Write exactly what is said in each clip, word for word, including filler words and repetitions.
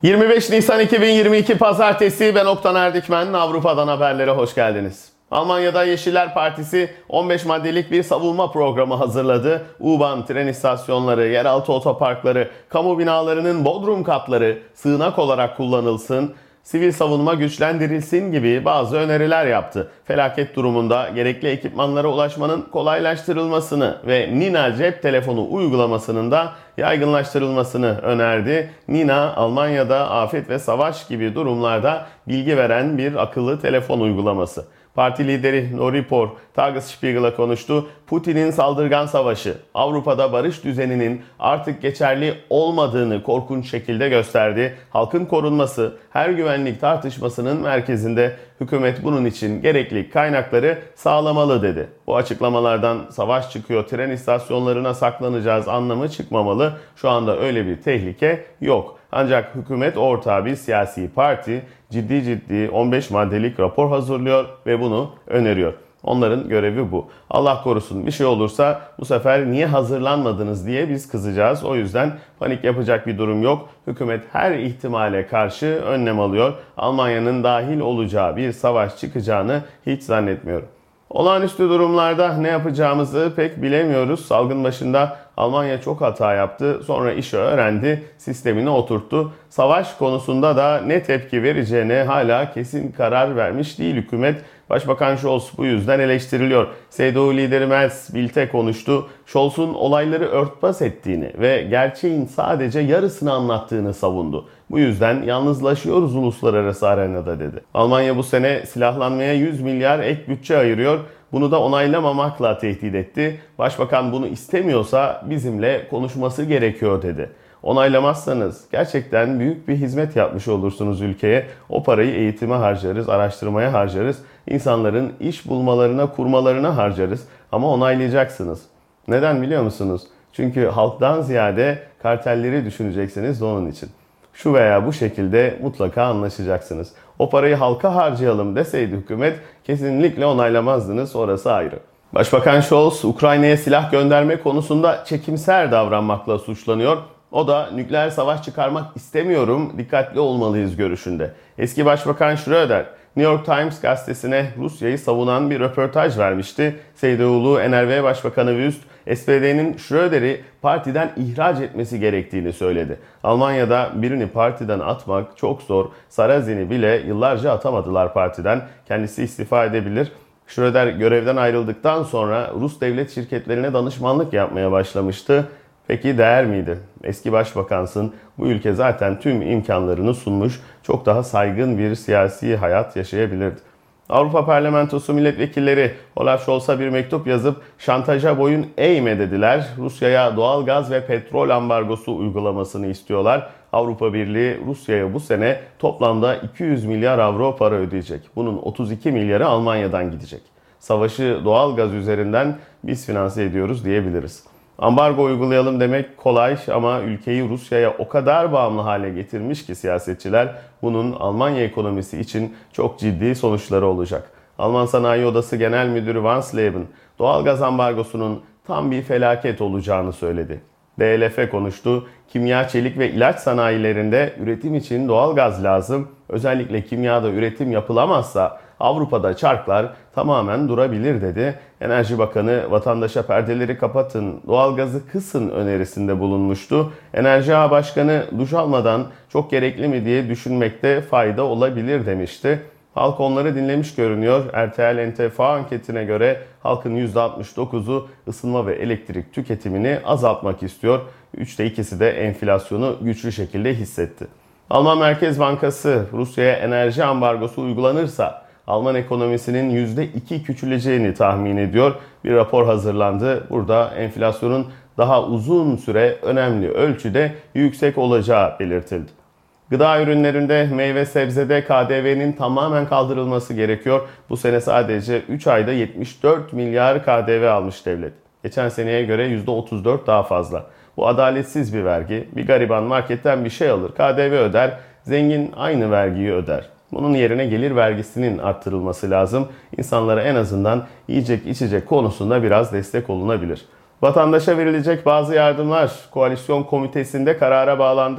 yirmi beş Nisan iki bin yirmi iki Pazartesi, ben Oktan Erdikmen. Avrupa'dan haberlere hoş geldiniz. Almanya'da Yeşiller Partisi on beş maddelik bir savunma programı hazırladı. U-Bahn, tren istasyonları, yeraltı otoparkları, kamu binalarının bodrum katları sığınak olarak kullanılsın, sivil savunma güçlendirilsin gibi bazı öneriler yaptı. Felaket durumunda gerekli ekipmanlara ulaşmanın kolaylaştırılmasını ve Nina cep telefonu uygulamasının da yaygınlaştırılmasını önerdi. Nina, Almanya'da afet ve savaş gibi durumlarda bilgi veren bir akıllı telefon uygulaması. Parti lideri Noripor Tagesspiegel'a konuştu. Putin'in saldırgan savaşı Avrupa'da barış düzeninin artık geçerli olmadığını korkunç şekilde gösterdi. Halkın korunması her güvenlik tartışmasının merkezinde. Hükümet bunun için gerekli kaynakları sağlamalı dedi. Bu açıklamalardan savaş çıkıyor, tren istasyonlarına saklanacağız anlamı çıkmamalı. Şu anda öyle bir tehlike yok. Ancak hükümet ortağı bir siyasi parti ciddi ciddi on beş maddelik rapor hazırlıyor ve bunu öneriyor. Onların görevi bu. Allah korusun bir şey olursa bu sefer niye hazırlanmadınız diye biz kızacağız. O yüzden panik yapacak bir durum yok. Hükümet her ihtimale karşı önlem alıyor. Almanya'nın dahil olacağı bir savaş çıkacağını hiç zannetmiyorum. Olağanüstü durumlarda ne yapacağımızı pek bilemiyoruz. Salgın başında Almanya çok hata yaptı. Sonra işi öğrendi, sistemini oturttu. Savaş konusunda da ne tepki vereceğine hala kesin karar vermiş değil hükümet. Başbakan Scholz bu yüzden eleştiriliyor. S D U lideri Merz Bildt'e konuştu. Scholz'un olayları örtbas ettiğini ve gerçeğin sadece yarısını anlattığını savundu. Bu yüzden yalnızlaşıyoruz uluslararası arenada dedi. Almanya bu sene silahlanmaya yüz milyar ek bütçe ayırıyor. Bunu da onaylamamakla tehdit etti. Başbakan bunu istemiyorsa bizimle konuşması gerekiyor dedi. Onaylamazsanız gerçekten büyük bir hizmet yapmış olursunuz ülkeye. O parayı eğitime harcarız, araştırmaya harcarız, insanların iş bulmalarına, kurmalarına harcarız. Ama onaylayacaksınız. Neden biliyor musunuz? Çünkü halktan ziyade kartelleri düşüneceksiniz de onun için. Şu veya bu şekilde mutlaka anlaşacaksınız. O parayı halka harcayalım deseydi hükümet kesinlikle onaylamazdınız, orası ayrı. Başbakan Scholz, Ukrayna'ya silah gönderme konusunda çekimser davranmakla suçlanıyor. O da nükleer savaş çıkarmak istemiyorum, dikkatli olmalıyız görüşünde. Eski Başbakan Schröder, New York Times gazetesine Rusya'yı savunan bir röportaj vermişti. S D U'lu N R V Başbakanı Wüst, S P D'nin Schröder'i partiden ihraç etmesi gerektiğini söyledi. Almanya'da birini partiden atmak çok zor. Sarrazin'i bile yıllarca atamadılar partiden. Kendisi istifa edebilir. Schröder görevden ayrıldıktan sonra Rus devlet şirketlerine danışmanlık yapmaya başlamıştı. Peki değer miydi? Eski başbakansın, bu ülke zaten tüm imkanlarını sunmuş, çok daha saygın bir siyasi hayat yaşayabilirdi. Avrupa Parlamentosu milletvekilleri Olaf Scholz'a bir mektup yazıp şantaja boyun eğme dediler. Rusya'ya doğal gaz ve petrol ambargosu uygulamasını istiyorlar. Avrupa Birliği Rusya'ya bu sene toplamda iki yüz milyar avro para ödeyecek. Bunun otuz iki milyarı Almanya'dan gidecek. Savaşı doğal gaz üzerinden biz finanse ediyoruz diyebiliriz. Ambargo uygulayalım demek kolay ama ülkeyi Rusya'ya o kadar bağımlı hale getirmiş ki siyasetçiler, bunun Almanya ekonomisi için çok ciddi sonuçları olacak. Alman Sanayi Odası Genel Müdürü Wansleben, doğalgaz ambargosunun tam bir felaket olacağını söyledi. D L F konuştu. Kimya, çelik ve ilaç sanayilerinde üretim için doğalgaz lazım. Özellikle kimyada üretim yapılamazsa Avrupa'da çarklar tamamen durabilir dedi. Enerji Bakanı vatandaşa perdeleri kapatın, doğalgazı kısın önerisinde bulunmuştu. Enerji Ağı Başkanı duş almadan çok gerekli mi diye düşünmekte fayda olabilir demişti. Halk onları dinlemiş görünüyor. R T L N T F A anketine göre halkın yüzde altmış dokuzu ısınma ve elektrik tüketimini azaltmak istiyor. üçte ikisi de enflasyonu güçlü şekilde hissetti. Alman Merkez Bankası Rusya'ya enerji ambargosu uygulanırsa Alman ekonomisinin yüzde iki küçüleceğini tahmin ediyor. Bir rapor hazırlandı. Burada enflasyonun daha uzun süre önemli ölçüde yüksek olacağı belirtildi. Gıda ürünlerinde, meyve sebzede K D V'nin tamamen kaldırılması gerekiyor. Bu sene sadece üç ayda yetmiş dört milyar K D V almış devlet. Geçen seneye göre yüzde otuz dört daha fazla. Bu adaletsiz bir vergi. Bir gariban marketten bir şey alır, K D V öder, zengin aynı vergiyi öder. Bunun yerine gelir vergisinin arttırılması lazım. İnsanlara en azından yiyecek içecek konusunda biraz destek olunabilir. Vatandaşa verilecek bazı yardımlar koalisyon komitesinde karara bağlandı.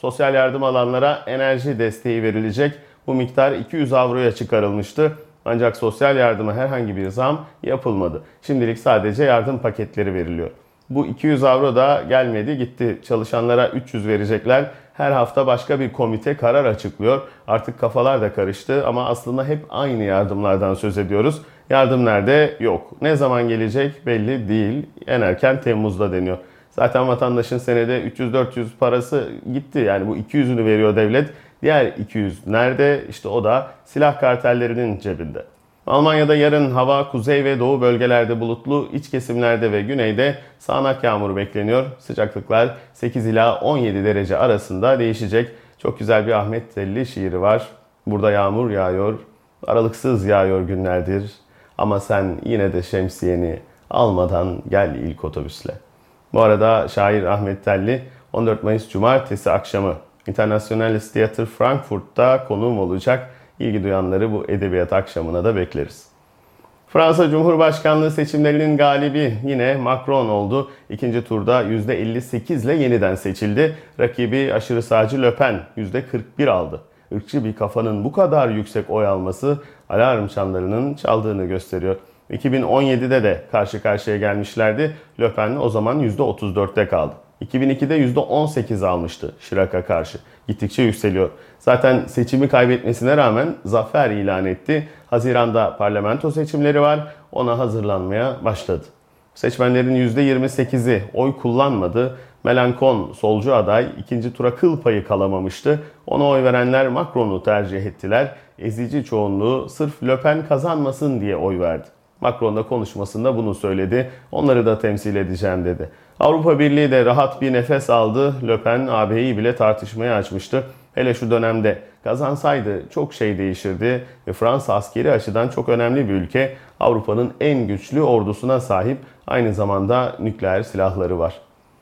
Sosyal yardım alanlara enerji desteği verilecek. Bu miktar iki yüz avroya çıkarılmıştı. Ancak sosyal yardıma herhangi bir zam yapılmadı. Şimdilik sadece yardım paketleri veriliyor. Bu iki yüz avro da gelmedi gitti. Çalışanlara üç yüz verecekler. Her hafta başka bir komite karar açıklıyor. Artık kafalar da karıştı ama aslında hep aynı yardımlardan söz ediyoruz. Yardım nerede? Yok. Ne zaman gelecek belli değil. En erken Temmuz'da deniyor. Zaten vatandaşın senede üç yüz dört yüz parası gitti. Yani bu iki yüzünü veriyor devlet. Diğer iki yüz nerede? İşte o da silah kartellerinin cebinde. Almanya'da yarın hava kuzey ve doğu bölgelerde bulutlu, iç kesimlerde ve güneyde sağanak yağmur bekleniyor. Sıcaklıklar sekiz ila on yedi derece arasında değişecek. Çok güzel bir Ahmet Telli şiiri var. Burada yağmur yağıyor, aralıksız yağıyor günlerdir. Ama sen yine de şemsiyeni almadan gel ilk otobüsle. Bu arada şair Ahmet Telli on dört Mayıs Cumartesi akşamı Internationales Theater Frankfurt'ta konuğum olacak. İlgi duyanları bu edebiyat akşamına da bekleriz. Fransa Cumhurbaşkanlığı seçimlerinin galibi yine Macron oldu. İkinci turda yüzde elli sekiz ile yeniden seçildi. Rakibi aşırı sağcı Le Pen yüzde kırk bir aldı. Irkçı bir kafanın bu kadar yüksek oy alması alarm çanlarının çaldığını gösteriyor. iki bin on yedide de karşı karşıya gelmişlerdi. Le Pen o zaman yüzde otuz dörtte kaldı. iki bin ikide yüzde on sekiz almıştı Chirac'a karşı. Gittikçe yükseliyor. Zaten seçimi kaybetmesine rağmen zafer ilan etti. Haziran'da parlamento seçimleri var. Ona hazırlanmaya başladı. Seçmenlerin yüzde yirmi sekizi oy kullanmadı. Mélenchon solcu aday ikinci tura kıl payı kalamamıştı. Ona oy verenler Macron'u tercih ettiler. Ezici çoğunluğu sırf Le Pen kazanmasın diye oy verdi. Macron da konuşmasında bunu söyledi. Onları da temsil edeceğim dedi. Avrupa Birliği de rahat bir nefes aldı. Le Pen A B'yi bile tartışmaya açmıştı. Hele şu dönemde kazansaydı çok şey değişirdi ve Fransa askeri açıdan çok önemli bir ülke. Avrupa'nın en güçlü ordusuna sahip, aynı zamanda nükleer silahları var.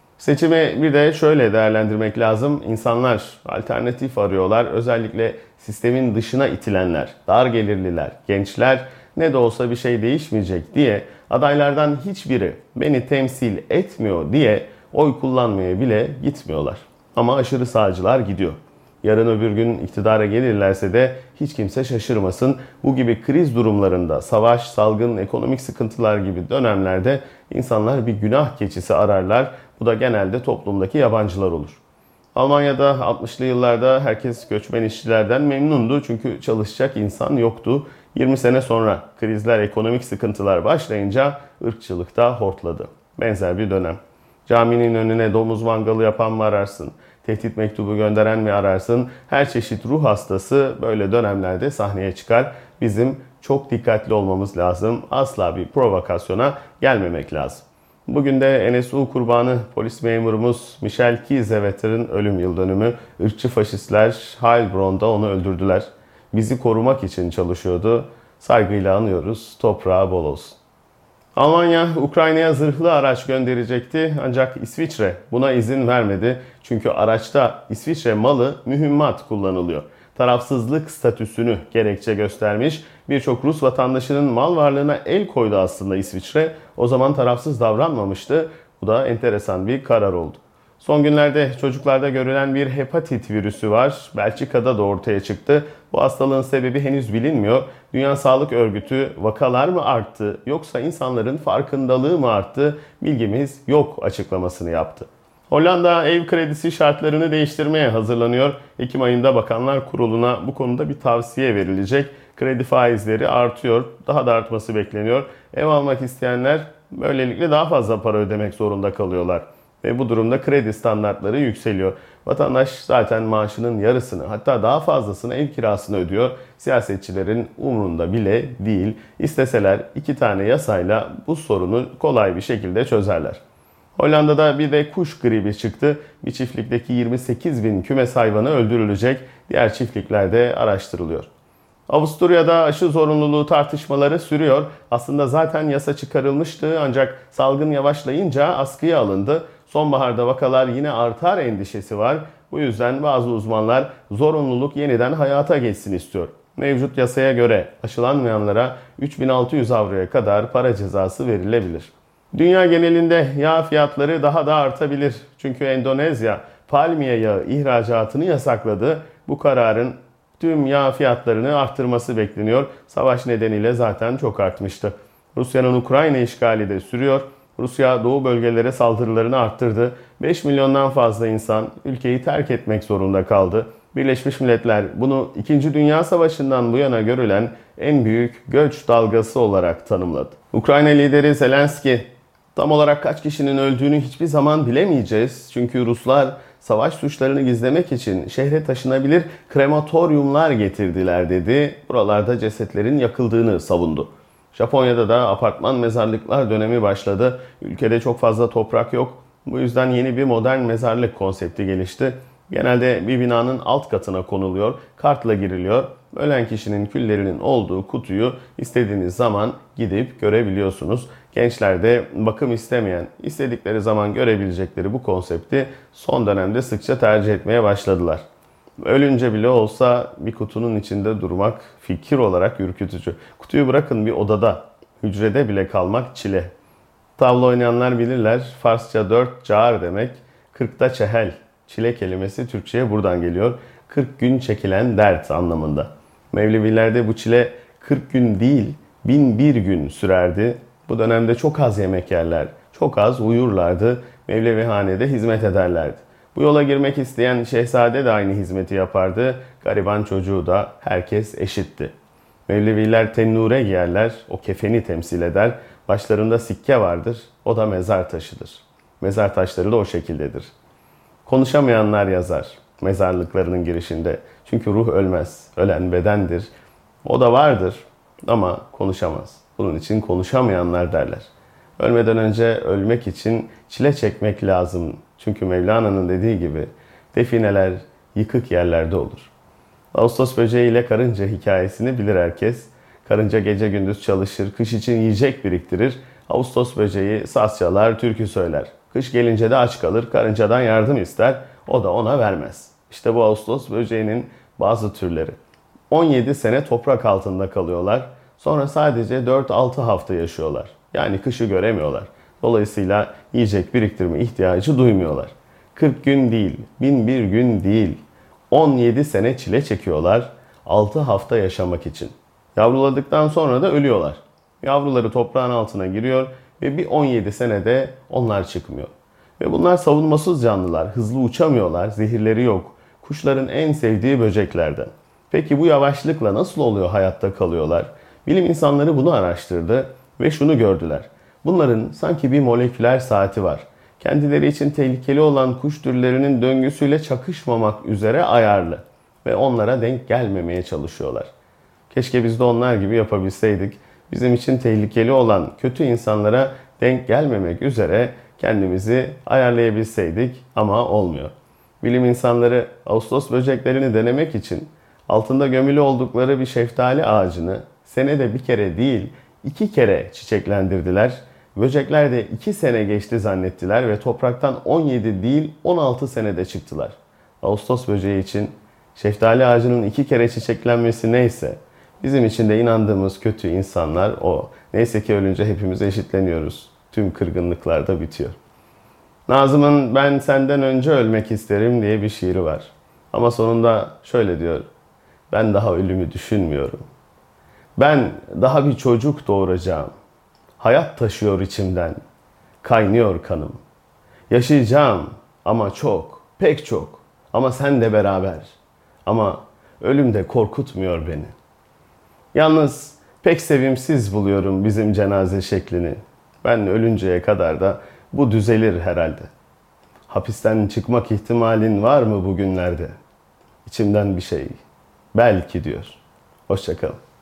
Seçimi bir de şöyle değerlendirmek lazım. İnsanlar alternatif arıyorlar. Özellikle sistemin dışına itilenler, dar gelirliler, gençler ne de olsa bir şey değişmeyecek diye adaylardan hiçbiri beni temsil etmiyor diye oy kullanmaya bile gitmiyorlar. Ama aşırı sağcılar gidiyor. Yarın öbür gün iktidara gelirlerse de hiç kimse şaşırmasın. Bu gibi kriz durumlarında, savaş, salgın, ekonomik sıkıntılar gibi dönemlerde insanlar bir günah keçisi ararlar. Bu da genelde toplumdaki yabancılar olur. Almanya'da altmışlı yıllarda herkes göçmen işçilerden memnundu çünkü çalışacak insan yoktu. yirmi sene sonra krizler, ekonomik sıkıntılar başlayınca ırkçılık da hortladı. Benzer bir dönem. Caminin önüne domuz mangalı yapan mı ararsın? Tehdit mektubu gönderen mi ararsın? Her çeşit ruh hastası böyle dönemlerde sahneye çıkar. Bizim çok dikkatli olmamız lazım. Asla bir provokasyona gelmemek lazım. Bugün de N S U kurbanı polis memurumuz Michel Kiesewett'in ölüm yıl dönümü. Irkçı faşistler Heilbronn'da onu öldürdüler. Bizi korumak için çalışıyordu. Saygıyla anıyoruz. Toprağı bol olsun. Almanya, Ukrayna'ya zırhlı araç gönderecekti ancak İsviçre buna izin vermedi. Çünkü araçta İsviçre malı mühimmat kullanılıyor. Tarafsızlık statüsünü gerekçe göstermiş. Birçok Rus vatandaşının mal varlığına el koydu aslında İsviçre. O zaman tarafsız davranmamıştı. Bu da enteresan bir karar oldu. Son günlerde çocuklarda görülen bir hepatit virüsü var. Belçika'da da ortaya çıktı. Bu hastalığın sebebi henüz bilinmiyor. Dünya Sağlık Örgütü vakalar mı arttı yoksa insanların farkındalığı mı arttı bilgimiz yok açıklamasını yaptı. Hollanda ev kredisi şartlarını değiştirmeye hazırlanıyor. Ekim ayında Bakanlar Kurulu'na bu konuda bir tavsiye verilecek. Kredi faizleri artıyor. Daha da artması bekleniyor. Ev almak isteyenler böylelikle daha fazla para ödemek zorunda kalıyorlar. Ve bu durumda kredi standartları yükseliyor. Vatandaş zaten maaşının yarısını hatta daha fazlasını ev kirasını ödüyor. Siyasetçilerin umrunda bile değil. İsteseler iki tane yasayla bu sorunu kolay bir şekilde çözerler. Hollanda'da bir de kuş gribi çıktı. Bir çiftlikteki yirmi sekiz bin kümes hayvanı öldürülecek. Diğer çiftliklerde araştırılıyor. Avusturya'da aşı zorunluluğu tartışmaları sürüyor. Aslında zaten yasa çıkarılmıştı ancak salgın yavaşlayınca askıya alındı. Sonbaharda vakalar yine artar endişesi var. Bu yüzden bazı uzmanlar zorunluluk yeniden hayata geçsin istiyor. Mevcut yasaya göre aşılanmayanlara üç bin altı yüz avroya kadar para cezası verilebilir. Dünya genelinde yağ fiyatları daha da artabilir. Çünkü Endonezya palmiye yağı ihracatını yasakladı. Bu kararın tüm yağ fiyatlarını arttırması bekleniyor. Savaş nedeniyle zaten çok artmıştı. Rusya'nın Ukrayna işgali de sürüyor. Rusya doğu bölgelere saldırılarını arttırdı. beş milyondan fazla insan ülkeyi terk etmek zorunda kaldı. Birleşmiş Milletler bunu İkinci Dünya Savaşı'ndan bu yana görülen en büyük göç dalgası olarak tanımladı. Ukrayna lideri Zelenski, tam olarak kaç kişinin öldüğünü hiçbir zaman bilemeyeceğiz. Çünkü Ruslar savaş suçlarını gizlemek için şehre taşınabilir krematoryumlar getirdiler dedi. Buralarda cesetlerin yakıldığını savundu. Japonya'da da apartman mezarlıklar dönemi başladı. Ülkede çok fazla toprak yok. Bu yüzden yeni bir modern mezarlık konsepti gelişti. Genelde bir binanın alt katına konuluyor, kartla giriliyor. Ölen kişinin küllerinin olduğu kutuyu istediğiniz zaman gidip görebiliyorsunuz. Gençler de bakım istemeyen, istedikleri zaman görebilecekleri bu konsepti son dönemde sıkça tercih etmeye başladılar. Ölünce bile olsa bir kutunun içinde durmak fikir olarak ürkütücü. Kutuyu bırakın bir odada, hücrede bile kalmak çile. Tavla oynayanlar bilirler. Farsça dört çağır demek, kırkta çehel. Çile kelimesi Türkçe'ye buradan geliyor. kırk gün çekilen dert anlamında. Mevlevilerde bu çile kırk gün değil, bin bir gün sürerdi. Bu dönemde çok az yemek yerler, çok az uyurlardı. Mevlevihanede hizmet ederlerdi. Bu yola girmek isteyen şehzade de aynı hizmeti yapardı. Gariban çocuğu da herkes eşitti. Mevleviler tennure giyerler, o kefeni temsil eder. Başlarında sikke vardır, o da mezar taşıdır. Mezar taşları da o şekildedir. Konuşamayanlar yazar mezarlıklarının girişinde. Çünkü ruh ölmez, ölen bedendir. O da vardır ama konuşamaz. Bunun için konuşamayanlar derler. Ölmeden önce ölmek için çile çekmek lazım. Çünkü Mevlana'nın dediği gibi defineler yıkık yerlerde olur. Ağustos böceği ile karınca hikayesini bilir herkes. Karınca gece gündüz çalışır, kış için yiyecek biriktirir. Ağustos böceği saz çalar, türkü söyler. Kış gelince de aç kalır, karıncadan yardım ister. O da ona vermez. İşte bu Ağustos böceğinin bazı türleri. on yedi sene toprak altında kalıyorlar. Sonra sadece dört altı hafta yaşıyorlar. Yani kışı göremiyorlar. Dolayısıyla yiyecek biriktirme ihtiyacı duymuyorlar. kırk gün değil, bin bir gün değil, on yedi sene çile çekiyorlar altı hafta yaşamak için. Yavruladıktan sonra da ölüyorlar. Yavruları toprağın altına giriyor ve bir on yedi senede onlar çıkmıyor. Ve bunlar savunmasız canlılar, hızlı uçamıyorlar, zehirleri yok. Kuşların en sevdiği böceklerden. Peki bu yavaşlıkla nasıl oluyor hayatta kalıyorlar? Bilim insanları bunu araştırdı ve şunu gördüler. Bunların sanki bir moleküler saati var. Kendileri için tehlikeli olan kuş türlerinin döngüsüyle çakışmamak üzere ayarlı. Ve onlara denk gelmemeye çalışıyorlar. Keşke biz de onlar gibi yapabilseydik. Bizim için tehlikeli olan kötü insanlara denk gelmemek üzere kendimizi ayarlayabilseydik ama olmuyor. Bilim insanları Ağustos böceklerini denemek için altında gömülü oldukları bir şeftali ağacını senede bir kere değil iki kere çiçeklendirdiler. Böcekler de iki sene geçti zannettiler ve topraktan on yedi değil on altı senede çıktılar. Ağustos böceği için şeftali ağacının iki kere çiçeklenmesi neyse, bizim için de inandığımız kötü insanlar o. Neyse ki ölünce hepimiz eşitleniyoruz. Tüm kırgınlıklar da bitiyor. Nazım'ın "Ben senden önce ölmek isterim" diye bir şiiri var. Ama sonunda şöyle diyor. Ben daha ölümü düşünmüyorum. Ben daha bir çocuk doğuracağım. Hayat taşıyor içimden. Kaynıyor kanım. Yaşayacağım ama çok, pek çok. Ama sen de beraber. Ama ölüm de korkutmuyor beni. Yalnız pek sevimsiz buluyorum bizim cenaze şeklini. Ben ölünceye kadar da bu düzelir herhalde. Hapisten çıkmak ihtimalin var mı bugünlerde? İçimden bir şey. Belki diyor. Hoşça kalın.